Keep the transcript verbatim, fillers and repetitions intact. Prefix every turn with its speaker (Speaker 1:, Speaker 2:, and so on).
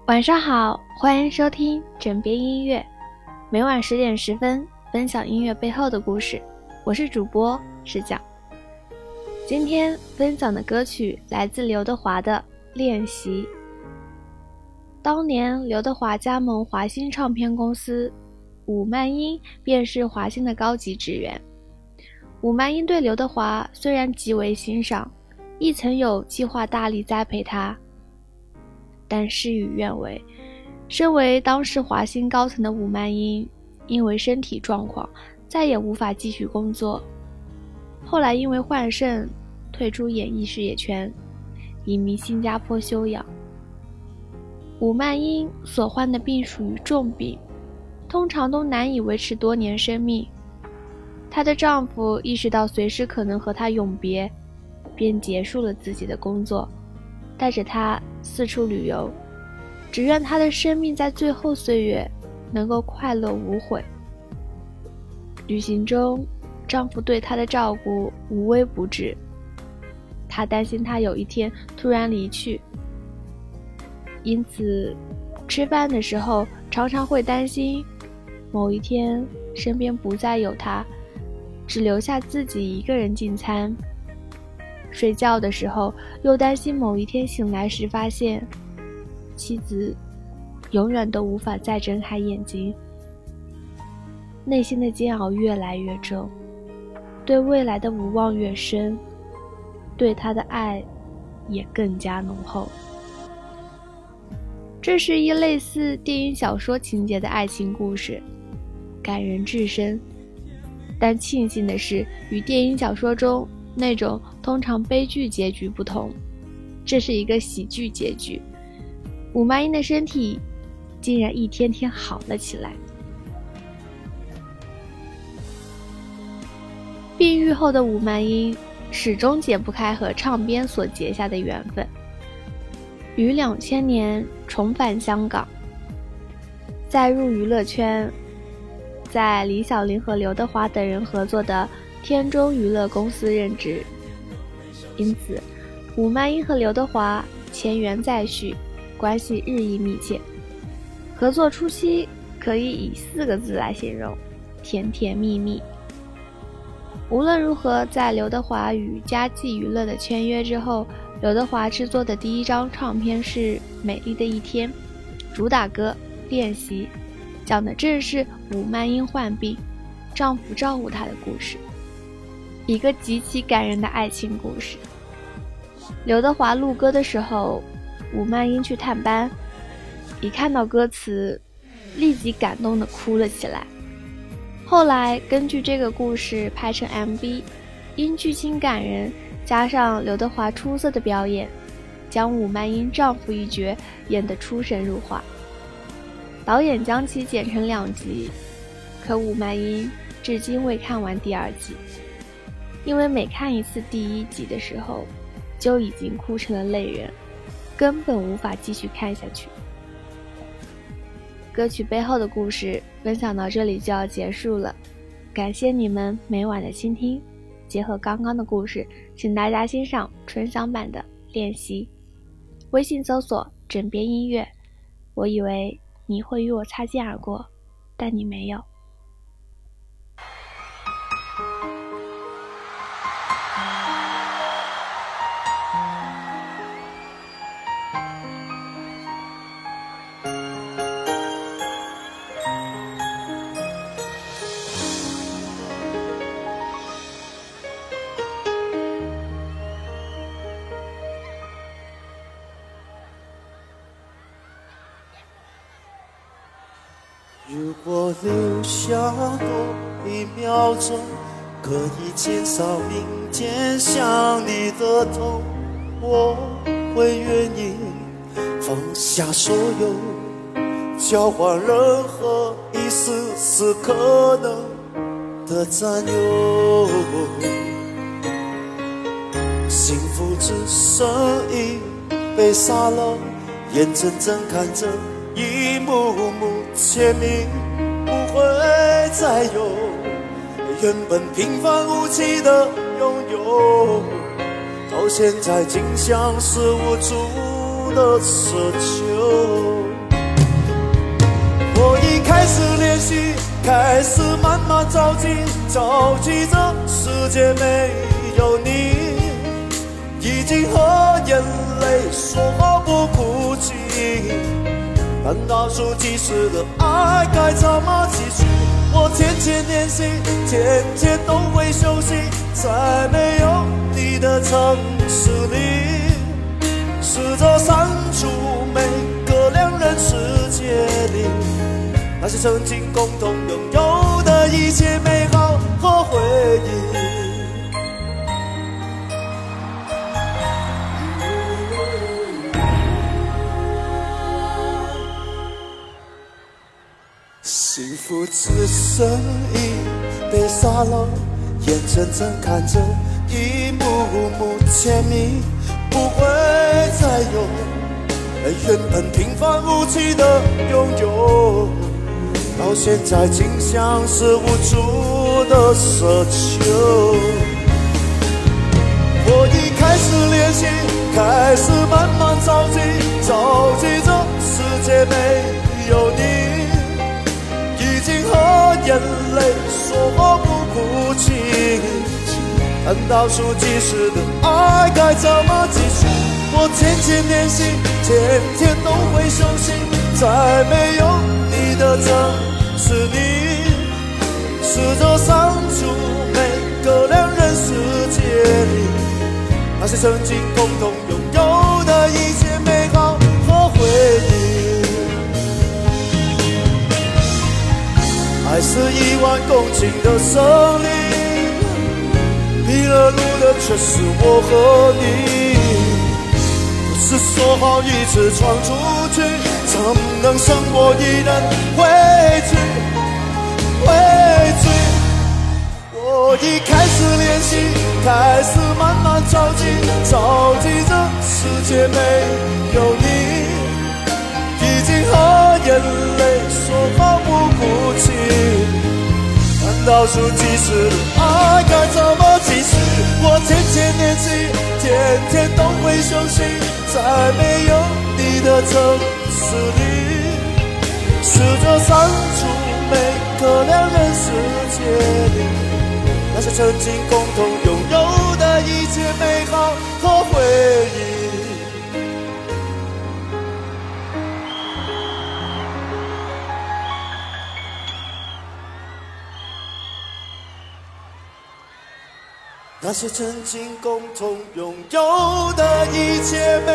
Speaker 1: 晚上好，欢迎收听枕边音乐，每晚十点十分分享音乐背后的故事。我是主播石讲。今天分享的歌曲来自刘德华的《练习》。当年刘德华加盟华星唱片公司，伍曼英便是华星的高级职员。伍曼英对刘德华虽然极为欣赏，亦曾有计划大力栽培他，但事与愿违。身为当时华星高层的伍曼英，因为身体状况再也无法继续工作，后来因为患肾退出演艺事业圈，移民新加坡休养。伍曼英所患的病属于重病，通常都难以维持多年生命。她的丈夫意识到随时可能和她永别，便结束了自己的工作，带着她四处旅游，只愿她的生命在最后岁月能够快乐无悔。旅行中，丈夫对她的照顾无微不至，她担心她有一天突然离去，因此吃饭的时候常常会担心某一天身边不再有她，只留下自己一个人进餐。睡觉的时候又担心某一天醒来时发现妻子永远都无法再睁开眼睛，内心的煎熬越来越重，对未来的无望越深，对他的爱也更加浓厚。这是一类似电影小说情节的爱情故事，感人至深，但庆幸的是，与电影小说中那种通常悲剧结局不同，这是一个喜剧结局。伍曼英的身体竟然一天天好了起来。病愈后的伍曼英始终解不开和唱片所结下的缘分，于两千年重返香港，再入娱乐圈，在李小玲和刘德华等人合作的天中娱乐公司任职，因此伍曼英和刘德华前缘再续，关系日益密切。合作初期可以以四个字来形容：甜甜蜜蜜。无论如何，在刘德华与佳绩娱乐的签约之后，刘德华制作的第一张唱片是《美丽的一天》，主打歌《练习》讲的正是伍曼英患病，丈夫照顾她的故事，一个极其感人的爱情故事。刘德华录歌的时候，伍曼英去探班，一看到歌词立即感动地哭了起来。后来根据这个故事拍成 M V， 因剧情感人加上刘德华出色的表演，将伍曼英丈夫一角演得出神入化。导演将其剪成两集，可伍曼英至今未看完第二集，因为每看一次第一集的时候就已经哭成了泪人，根本无法继续看下去。歌曲背后的故事分享到这里就要结束了，感谢你们每晚的倾听。结合刚刚的故事，请大家欣赏纯享版的练习。微信搜索枕边音乐。我以为你会与我擦肩而过，但你没有。
Speaker 2: 如果留下多一秒钟，可以减少明天想你的痛，我会愿意放下所有，交换任何一丝丝可能的占有。幸福只剩一杯沙漏，眼睁睁看着一幕幕签名不会再有，原本平凡无奇的拥有，到现在竟像是无助的奢求。 开始练习，开始慢慢着急，着急这世界没有你，已经和眼泪说好不哭泣。看倒数计时的爱该怎么继续？我天天练习，天天都会休息，在没有你的城市里，试着删除每个两人世界里那些曾经共同拥有的一切美好和回忆。幸福只剩一杯沙漏，眼睁睁看着一幕幕甜蜜不会再有，原本平凡无奇的拥有，到现在竟像是无助的奢求。我已开始练习，开始慢慢着急，着急这世界没有你，已经和眼泪说好不哭泣。看倒数计时的爱该怎么继续？我天天练习，天天都会休息，在没有你的城市里，试着删除每个两人世界里那些曾经共同拥有的一切美好和回忆。爱是一万公顷的森林，迷了路的却是我和你。不是说好一直闯出去，怎能剩我一人回去回去？我已开始练习，开始慢慢着急，着急这世界没有你，已经和眼泪说好不哭泣。看倒数计时的爱该怎么继续？我天天练习，天天都会休息，在没有你的城市里，试着删除每个两人世界里那些曾经共同拥有的一切美好和回忆。那些曾经共同拥有的一切美